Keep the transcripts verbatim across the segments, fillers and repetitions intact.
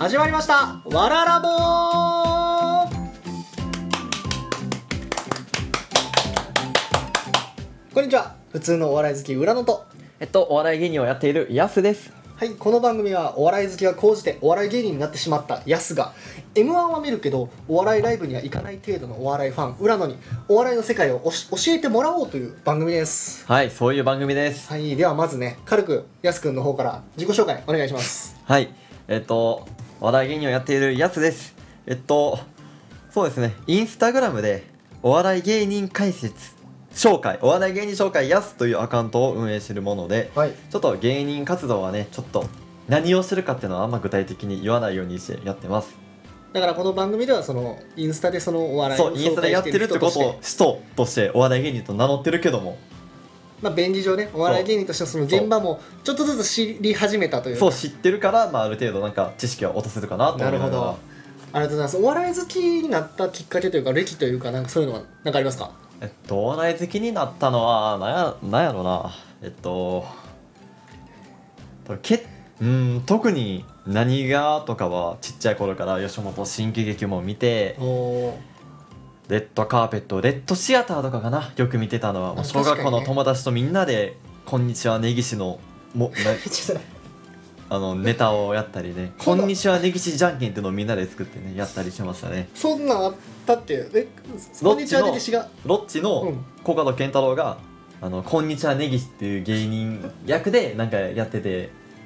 始まりましたわらラボー。こんにちは。普通のお笑い好き浦野と、 えっとお笑い芸人をやっているヤスです。 はい、この番組はお笑い好きが高じてお笑い芸人になってしまったヤスが エムワン は見るけどお笑いライブには行かない程度のお笑いファン浦野にお笑いの世界をおし教えてもらおうという番組です。 はい、そういう番組です。 はい、ではまずね、軽くヤスくんの方から自己紹介お願いします。 はい、えっとお笑い芸人をやっているヤスです。えっとそうですね、インスタグラムでお笑い芸人解説紹介お笑い芸人紹介ヤスというアカウントを運営しているもので、 はい、 ちょっと芸人活動はね、ちょっと何をするかっていうのはあんま具体的に言わないようにしてやってます。 だからこの番組ではそのインスタでそのお笑いをそう、インスタでやってるってことを人としてお笑い芸人と名乗ってるけども、 まあ便宜上ね、お笑い芸人としてのその現場もちょっとずつ知り始めたというか、 そう知ってるから、まあ、ある程度なんか知識は落とせるかなと思いながら。 なるほど、ありがとうございます。お笑い好きになったきっかけというか歴というか、なんかそういうのは何かありますか？ えっとお笑い好きになったのはなんや、なんやろなえっとけうん特に何がとかはちっちゃい頃から吉本新喜劇も見て、 おレッドカーペットレッドシアターとかかな、よく見てたのはもう小学校のね、 友達とみんなで「こんにちは根岸」のもなあのネタをやったりね「こんにちは根岸じゃんけん」っていうのをみんなで作ってねやったりしましたね。 そんなんあったっていうえこんにちは根岸がロッチのうんコカドケンタロウが「あのこんにちは根岸」っていう芸人役でなんかやってて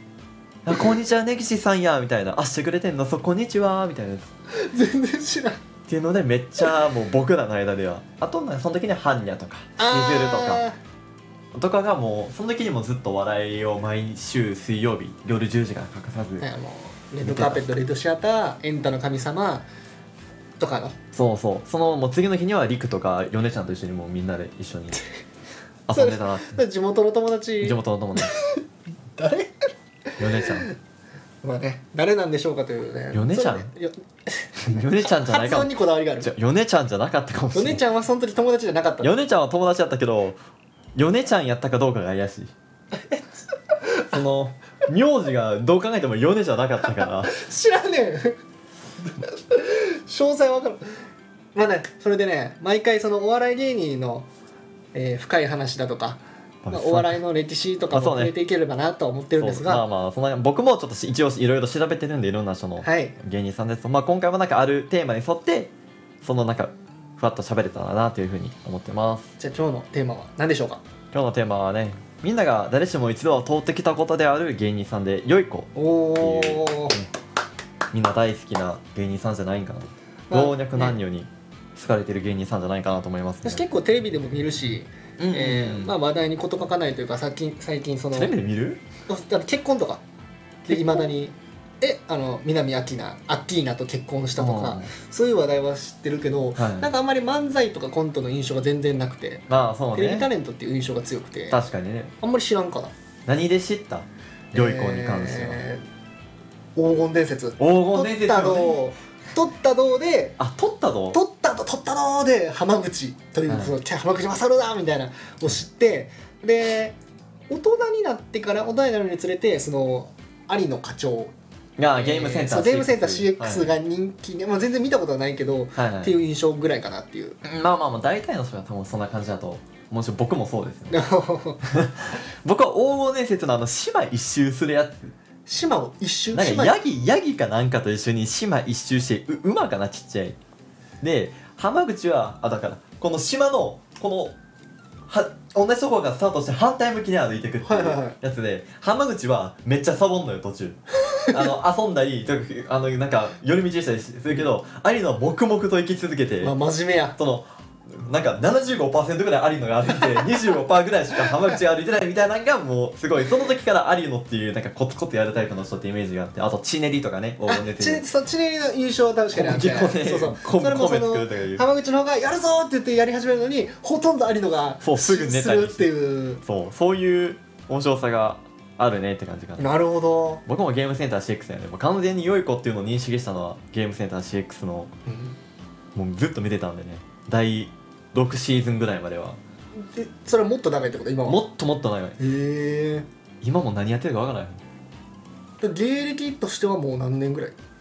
「あこんにちは根岸さんや」みたいな「あしてくれてんのそこんにちは」みたいなっ全然知らん。 ていうのでめっちゃもう僕らの間では、あとなんかその時には般若とかしずるとかとかがもうその時にもずっと笑いを毎週水曜日夜じゅうじから欠かさず、 あーもうレッドカーペットレッドシアターエンタの神様とかのそうそうそのもう次の日にはリクとかヨネちゃんと一緒にもうみんなで一緒に遊んでたなって地元の友達地元の友達誰ヨネちゃんまあね、誰なんでしょうかというね。 ヨネちゃんそれよヨネちゃんじゃないかも。 発音にこだわりがある。 じゃヨネちゃんじゃなかったかもしれない。 ヨネちゃんはその時友達じゃなかった。 ヨネちゃんは友達だったけどヨネちゃんやったかどうかが怪しいその名字がどう考えてもヨネじゃなかったから知らねえ詳細わかる。まあね、それでね、毎回そのお笑い芸人の、えー深い話だとか、まあ、お笑いの歴史とかもそうね触れていければなとは思ってるんですが、 まあまあその僕もちょっと一応いろいろ調べてるんでいろんな人のはい芸人さんですと、まあ、今回はなんかあるテーマに沿ってそのなんかふわっと喋れたらなというふうに思ってます。 じゃあ今日のテーマは何でしょうか？ 今日のテーマはね、みんなが誰しも一度は通ってきたことである芸人さんでよい子。 おお、 みんな大好きな芸人さんじゃないんかな、 まあ老若男女に好かれてる芸人さんじゃないかなと思いますね。 私結構テレビでも見るし、 うんうんうんえーまあ、話題に事欠かないというか、最近最近そのテレビで見る？ あの結婚とかでいまだにえあの南明菜アッキーナと結婚したとか、そういう話題は知ってるけど、 はいなんかあんまり漫才とかコントの印象が全然なくて、 まあそうテレビタね、 レントっていう印象が強くて、 確かにね。 あんまり知らんから。 何で知ったよい子に関しては、 えー黄金伝説黄金伝説取ったよね。 道取った道であ、撮ったぞ。 取った道取った道で浜口という、 はいその浜口勝だみたいなを知って、で大人になってから大人になるにつれてその有野課長がゲームセンター、 そうゲームセンター シーエックスはいが人気で、まあ、全然見たことはないけど、 はいはいっていう印象ぐらいかなっていうまあまあまあ大体の人は多分そんな感じだと、もちろん僕もそうですね僕は黄金伝説のあの島一周するやつ、 島を一周なんか島ヤギヤギかなんかと一緒に島一周してう馬かな、ちっちゃいで、浜口はあだからこの島のこのは同じところからスタートして反対向きに歩いていくっていはいはいはいうやつで、浜口はめっちゃサボんのよ途中あの遊んだりとかあのなんか寄り道したりするけど、有野は黙々と生き続けて、 まあ、真面目やそのなんか ななじゅうごパーセント ぐらい有野が歩いて にじゅうごパーセント ぐらいしか浜口が歩いてないみたいなのがもうすごい、その時から有野っていうなんかコツコツやるタイプの人ってイメージがあって、あとチネリとかね、黄あ金伝ち説そちなみにの印象は確かにあって、 結構ねそうそうこそれもそ米作のるとかいう浜口の方がやるぞって言ってやり始めるのにほとんど有野がそうすぐ寝たりするっていう。 そうそういう面白さがあるねって感じかな。 なるほど、 僕もゲームセンター シーエックス やね、もう完全に良い子っていうのを認識したのはゲームセンター シーエックス のうんもうずっと見てたんでね、だいろくシーズンぐらいまでは。 でそれはもっとダメってこと今は？ もっともっと長い。 へえ。 今も何やってるかわからない。 芸歴としてはもう何年ぐらい？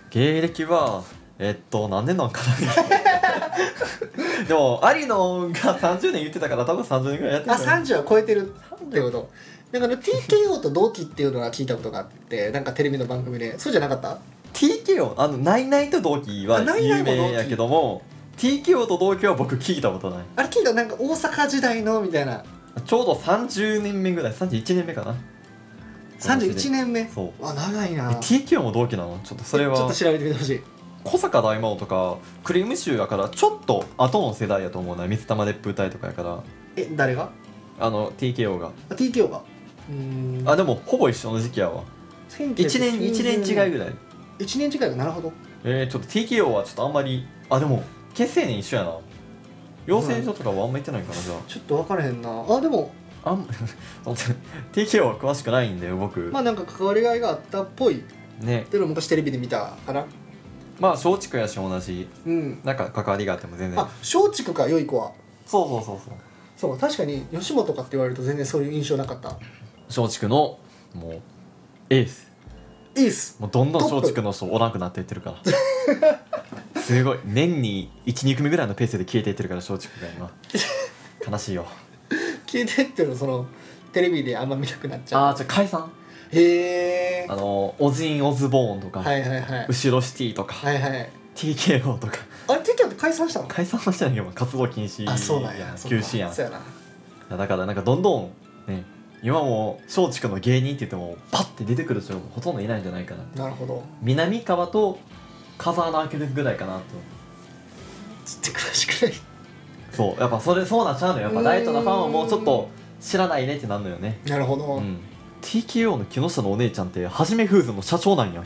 芸歴はえっと何年なんかなでも有野がさんじゅうねん言ってたから多分さんじゅうねんぐらいやってるあさんじゅうは超えてるってこと。なんかあの ティーケーオー と同期っていうのは聞いたことがあって、なんかテレビの番組でそうじゃなかった？ ティーケーオー あのナイナイと同期はあナイナイ有も同期名やけども ティーケーオー と同期は僕聞いたことない。 あれ聞いた、なんか大阪時代のみたいな。 ちょうどさんじゅうねんめぐらいさんじゅういちねんめかな。 さんじゅういちねんめ。 そうあ長いな。 え ティーケーオー も同期なの？ちょっとそれはちょっと調べてみてほしい。 小坂大魔王とかクリームシチューやからちょっと後の世代やと思うな。水玉烈風隊とかやからえ誰が？ あの ティーケーオー があ ティーケーオー がうーんあでもほぼ一緒の時期やわ。いちねんいちねん違いぐらい。 いちねん違いがなるほど。 えー、ちょっと ティーケーオー はちょっとあんまりあでも結成年一緒やな。養成所とかはあんま行ってないかなじゃちょっと分からへんなあ。でもああん ティーケーオー は詳しくないんで僕まあなんか関わりがいがあったっぽいっね。 ていうのを昔テレビで見たかな。 まあ松竹やし同じうんなんか関わりがあっても全然あ松竹か良い子は。 そうそうそうそうそう確かに吉本かって言われると全然そういう印象なかった。 松竹のもうエースいいっす。 もうどんどん松竹の人おらんくなっていってるからすごい年にいちに組ぐらいのペースで消えていってるから松竹が今悲しいよ。 消えてってるのそのテレビであんま見なくなっちゃう。 ああじゃあ解散へえ。 あのオジン・オズボーンとか、 はいはいはい後ろシティとか、 はいはい。 ティーケーオー とかあれティーケーオーって解散したの？ 解散はしてないけど活動禁止あそうなんや。 休止やん。いそうやな。 やだからなんかどんどんね今も松竹の芸人って言ってもパッて出てくる人ほとんどいないんじゃないかな。 なるほど。 南川と風穴開けるぐらいかなと。 ちょっと詳しくない。 そうやっぱそれそうなっちゃうのよ。やっぱライトなファンはもうちょっと知らないねってなるのよね。 なるほど、 うん ティーケーオー の木下のお姉ちゃんってはじめフーズの社長なんや。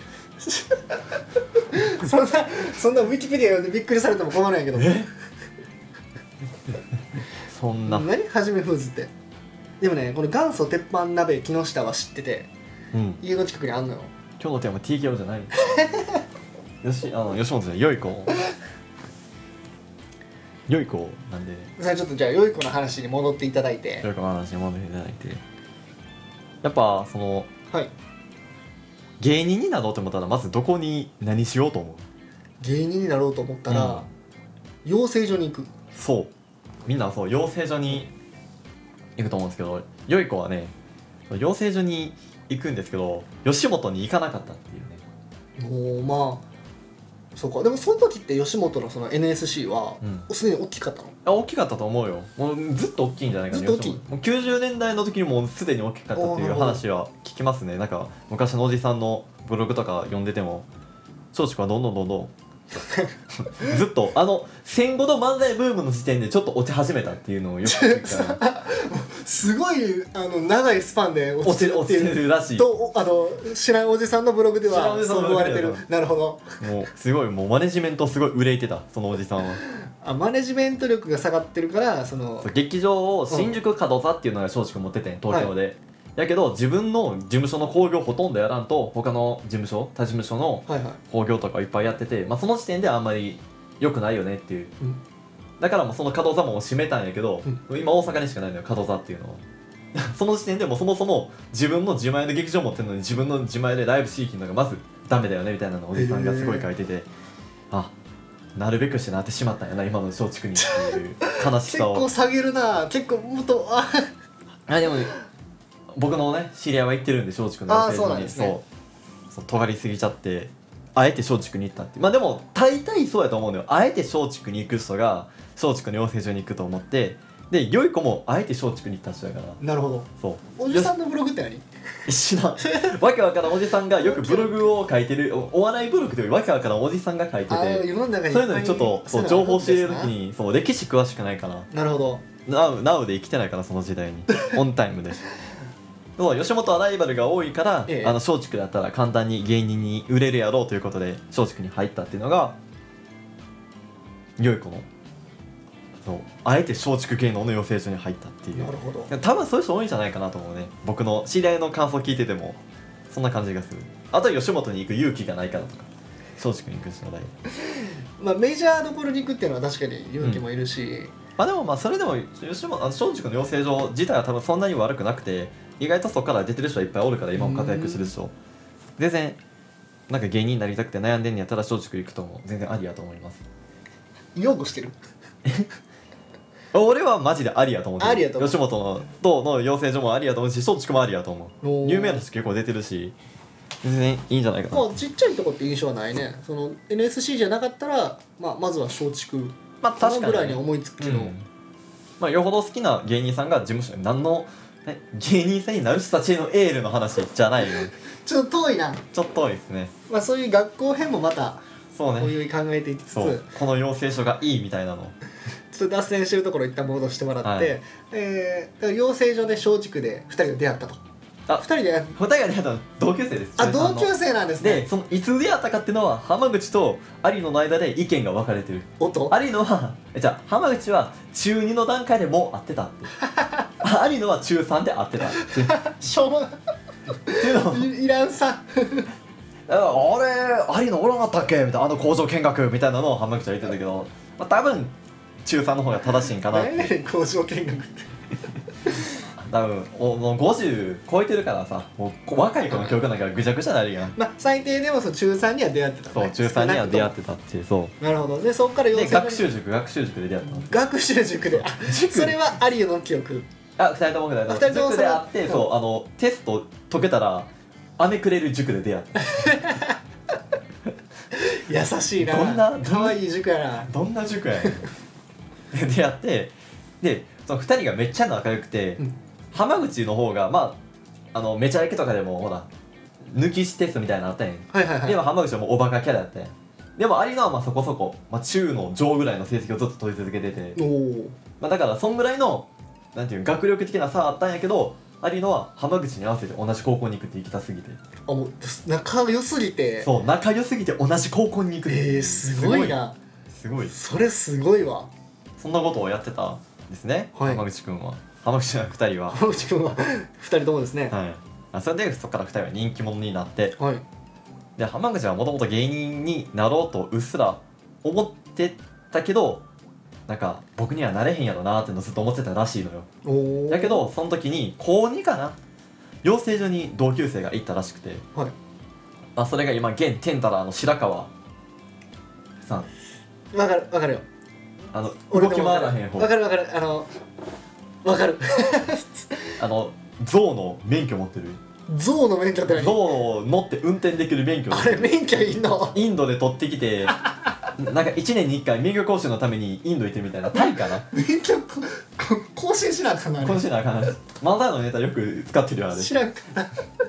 そんなそんなウィキペディア読んでびっくりされても困るんやけど。 そんな何はじめフーズって。でもねこの元祖鉄板鍋木下は知っててうん家の近くにあんのよ。 今日のテーマ ティーケーオー じゃないよしあの吉本じゃない良い子良い子なんでそれちょっとじゃあ良い子の話に戻っていただいて。 良い子の話に戻っていただいてやっぱそのはい。 芸人になろうと思ったらまずどこに何しようと思う？ 芸人になろうと思ったら、養成所に行く。 そうみんなそう養成所に行くと思うんですけど良い子はね養成所に行くんですけど吉本に行かなかったっていうね。 もうまあそうか。でもその時って吉本のその エヌエスシー はうんすで、に大きかったの？ あ大きかったと思うよ。もうずっと大きいんじゃないかな。 ずっと大きい吉本もうきゅうじゅうねんだいの時にもうすでに大きかったっていう話は聞きますね。なんか昔のおじさんのブログとか読んでても松竹はどんどんどんどんずっとあの戦後の漫才ブームの時点でちょっと落ち始めたっていうのをよく聞くからすごいあの長いスパンで落落ち落ちちてるっていうてるらしい。 とあの知らんおじさんのブログで知らんおはじさんのブそう思われログではてる。なるほど。 もうすごいもうマネジメントすごい憂いてたそのおじさんは。 あマネジメント力が下がってるからそのそう劇場を新宿門座っていうのが松竹持ってて東京で、だけど自分の事務所の興行ほとんどやらんと他の事務所他事務所のはいはい、 興行とかいっぱいやってて、まあ、その時点であんまり良くないよねっていう。 うん、 だからもうその門座ももう閉めたんやけど、 う今大阪にしかないのよ門座っていうのはその時点でもうそもそも自分の自前の劇場持ってるのに自分の自前でライブしきるのがまずダメだよねみたいなのをおじさんがすごい書いてて、あなるべくしてなってしまったんやな今の松竹にっていう悲し結さを構下げるな。結構もっとああでも僕のね知り合いは行ってるんで松竹のあー養成所にそうなんですねそうそう尖りすぎちゃってあえて松竹に行ったってまあでも大体そうやと思うのよ。あえて松竹に行く人が松竹の養成所に行くと思ってで良い子もあえて松竹に行った人やからなるほど。 そうおじさんのブログって何？ 知らんわけわからんおじさんがよくブログを書いてるおお笑いブログというわけわからんおじさんが書いてあーて世の中にそういうのにちょっとそう情報を知れる時に。 にそう歴史詳しくないからなるほど。 ナウナウで生きてないからその時代にオンタイムでそう吉本はライバルが多いから、 ええあの松竹だったら簡単に芸人に売れるやろうということで松竹に入ったっていうのが良い子のそうあえて松竹芸能の養成所に入ったっていうなるほど。 多分そういう人多いんじゃないかなと思うね。僕の知り合いの感想聞いててもそんな感じがする。あとは吉本に行く勇気がないからとか松竹に行く人がないまあメジャーどころに行くっていうのは確かに勇気もいるし、 まあでもまあそれでも吉本あの松竹の養成所自体は多分そんなに悪くなくて意外とそこから出てる人はいっぱいおるから今も活躍してる人全然なんか芸人になりたくて悩んでんねやったら松竹行くとも全然ありやと思います。 擁護してる。 俺はマジでありやと思ってる。 ありやと思う吉本のとの養成所もありやと思うし、松竹もありやと思おーう。有名な人結構出てるし全然いいんじゃないかな。 まあちっちゃいとこって印象はないね。その エヌエスシー じゃなかったら、まあ、まずは松竹まあ確かに、ね、 ぐらいに思いつくけど、 うんまあよほど好きな芸人さんが事務所に何の、ね、芸人さんになる人たちへのエールの話じゃないよ。 ちょっと遠いな。 ちょっと多いですね。 まあそういう学校編もまたそうね。 おいおい考えていきつつ、 そうこの養成所がいいみたいなの。 ちょっと脱線してるところ一旦戻してもらって、 はいえー、だから養成所で松竹でふたりが出会ったと。 あふたりで二人が出会ったの同級生です。 あ中さんの同級生なんですね。 でそのいつ出会ったかっていうのは浜口と有野の間で意見が分かれてる。 音有野はえじゃあ浜口は中にの段階でもう会ってたってあ有野は中さんで会ってたってしょうもなっていうのをいいらんさ。 あれ有野おらんかったっけみたいなあの工場見学みたいなのを浜口は言ってたけど、まあ、多分中さんの方が正しいんかなって何やねん工場見学って。 多分おもうごじゅう超えてるからさもう若い子の記憶なんかぐちゃぐちゃなるやん。 まあ最低でもその中さんには出会ってた、ね、 そう中さんには出会っってたっていう。そうなるほど。でそこから養成所にで学習塾学習塾で出会ったの。 学習塾で塾それは有野の記憶。 あ、二人とも二人ともあ二人とも塾で会って、 それそうあのテスト解けたら飴くれる塾で出会った優しいな。 どんな可愛い塾やな。 どんな塾やねんで出会ってでその二人がめっちゃ仲良くて、 うん浜口の方がまああのめちゃイケとかでもほら抜きしテストみたいなのあったんやん、 はいはいはい。 でも浜口はもうおバカキャラやったんやん。でも有野はまあそこそこ、まあ、中の上ぐらいの成績をずっと取り続けてて、 おお。 まあ、だからそんぐらいのなんていう学力的な差あったんやけど有野は浜口に合わせて同じ高校に行くって行きたすぎて、 あもう仲良すぎて。 そう仲良すぎて同じ高校に行くっていうえー、すごいな。 すごいそれすごいわ。 そんなことをやってたんですね、 はい浜口くんは浜口じゃなくふたりは浜口君はふたりともですね。 はいあそれでそこからふたりは人気者になって、 はい。 で浜口はもともと芸人になろうとうっすら思ってたけどなんか僕にはなれへんやろなーってのずっと思ってたらしいのよ。 おお。 だけどその時にこうにかな養成所に同級生が行ったらしくて、 はい。 あそれが今現テンタラーの白川さん、 わかるわかるよ。 あの俺動きでもわかる回らへん方、 わかるわかる。あのわかる。 あの象の免許持ってる、 象の免許って何？ 象を乗って運転できる免許あれ免許いんの？ インドで取ってきてなんかいちねんにいっかい免許講習のためにインド行ってるみたいなタイかな免許ここ更新しなあかんのあれ。 講習なあかんない漫才のネタよく使ってるよあれ。 知らんかった。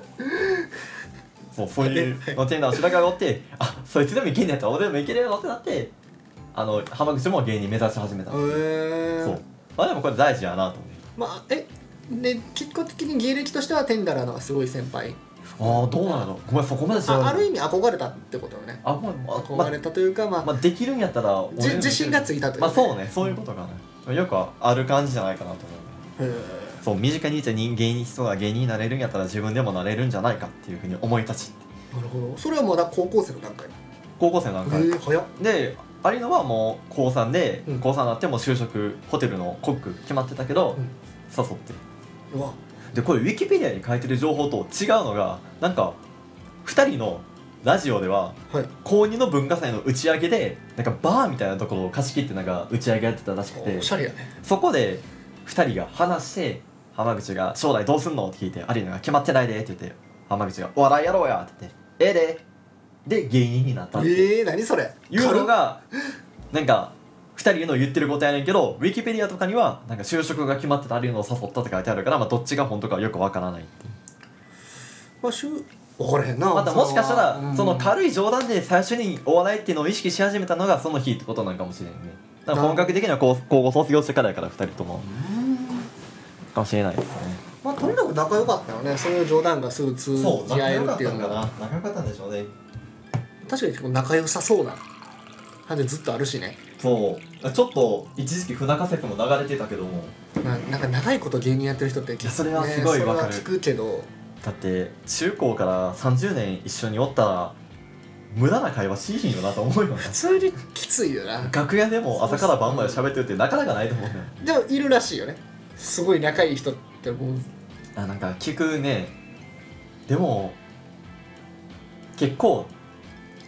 そうそういうのテンダーの白川がおってあそいつでもいけんねやったら俺でもいけるよってなってあの浜口も芸人目指し始めた、 へえ。 そうあでもこれ大事やなと思って。 まあえで結果的に芸歴としてはテンダラーのがすごい先輩。 ああどうなのごめんそこまで知らあない。 ある意味憧れたってことよね。 あごめんあ憧れたというか、まあまあ、できるんやったらじ自信がついたというまあそうねそういうことかな、よくある感じじゃないかなと思う。 へそう身近にいた人芸人人が芸人になれるんやったら自分でもなれるんじゃないかっていうふうに思い立ちえなるほど。それはまだ高校生の段階。 高校生なんかへえ早っ。 で有野はもう高さんで、 うん高さんになっても就職ホテルのコック決まってたけど、 うん誘ってうわでこれウィキペディアに書いてる情報と違うのがなんかふたりのラジオでははい。 高にの文化祭の打ち上げでなんかバーみたいなところを貸し切ってなんか打ち上げやってたらしくておしゃれやね。 そこでふたりが話して浜口が将来どうすんのって聞いて有野が決まってないでって言って浜口がお笑いやろうやって言ってええでで芸人になったってええ何それ。 いうのがなんかふたりの言ってることやねんけどウィキペディアとかにはなんか就職が決まってた有野を誘ったって書いてあるから、まあ、どっちが本当かはよくわからないっていうまあしゅ分からへんな。 またもしかしたらうんその軽い冗談で最初にお笑いっていうのを意識し始めたのがその日ってことなんかもしれんね。だから本格的には高高校卒業してからやからふたりともかもしれないですね。 まあとにかく仲良かったよね。そういう冗談がすぐ通じ合えるっていうのが仲良かったんでしょうね。 確かに結構仲良さそうな感じずっとあるしね。 そうちょっと一時期不仲説も流れてたけどもななんか長いこと芸人やってる人っていやそれはすごいわかるね、それは聞くけどだって中高からさんじゅうねん一緒におったら無駄な会話しひんよなと思うよな。 普通にきついよな。 楽屋でも朝から晩まで喋ってるってなかなかないと思うね。 でもいるらしいよね。すごい仲いい人ってもうあなんか聞くね。でも結構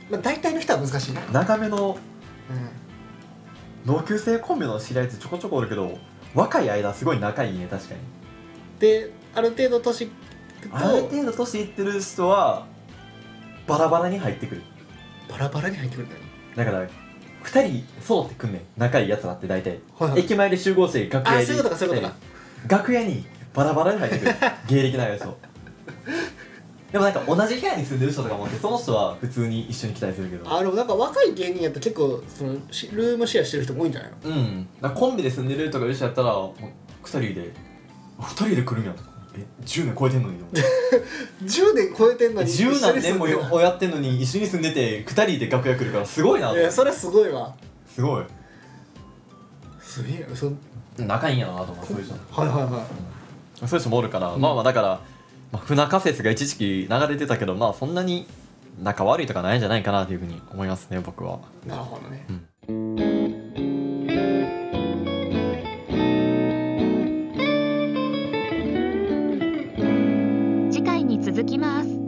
まあ、大体の人は難しいな。 長めのうん、 同級生コンビの知り合いってちょこちょこおるけど、若い間すごい仲いいね。確かにである程度年いくとある程度年いってる人はバラバラに入ってくる。 バラバラに入ってくるんだよ。 だからふたり揃ってくんねん、仲いいやつらって大体、 はいはい、 駅前で集合して楽屋にあそういうことかそういうことか。 楽屋にバラバラに入ってくる芸歴ない人でもなんか同じ部屋に住んでる人とかもって、その人は普通に一緒に来たりするけど、 あでもなんか若い芸人やったら結構そのしルームシェアしてる人も多いんじゃないの。 うんだからコンビで住んでるとかいう人やったらもうふたりでふたりで来るんやとか、えじゅうねん超えてんのにじゅうねん超えてんのに十何年も一緒に住んでるやってんのに一緒に住んでてふたりで楽屋来るからすごいなと思って。 いやそれすごいわ。 すごいすげえそはい仲いいんやなと思う、そういう人はいはい。 そういう人もおるから、 うんまあまあだから、まあ、不仲説が一時期流れてたけど、まあそんなに仲悪いとかないんじゃないかなというふうに思いますね、僕は。 なるほどね。 次回に続きます。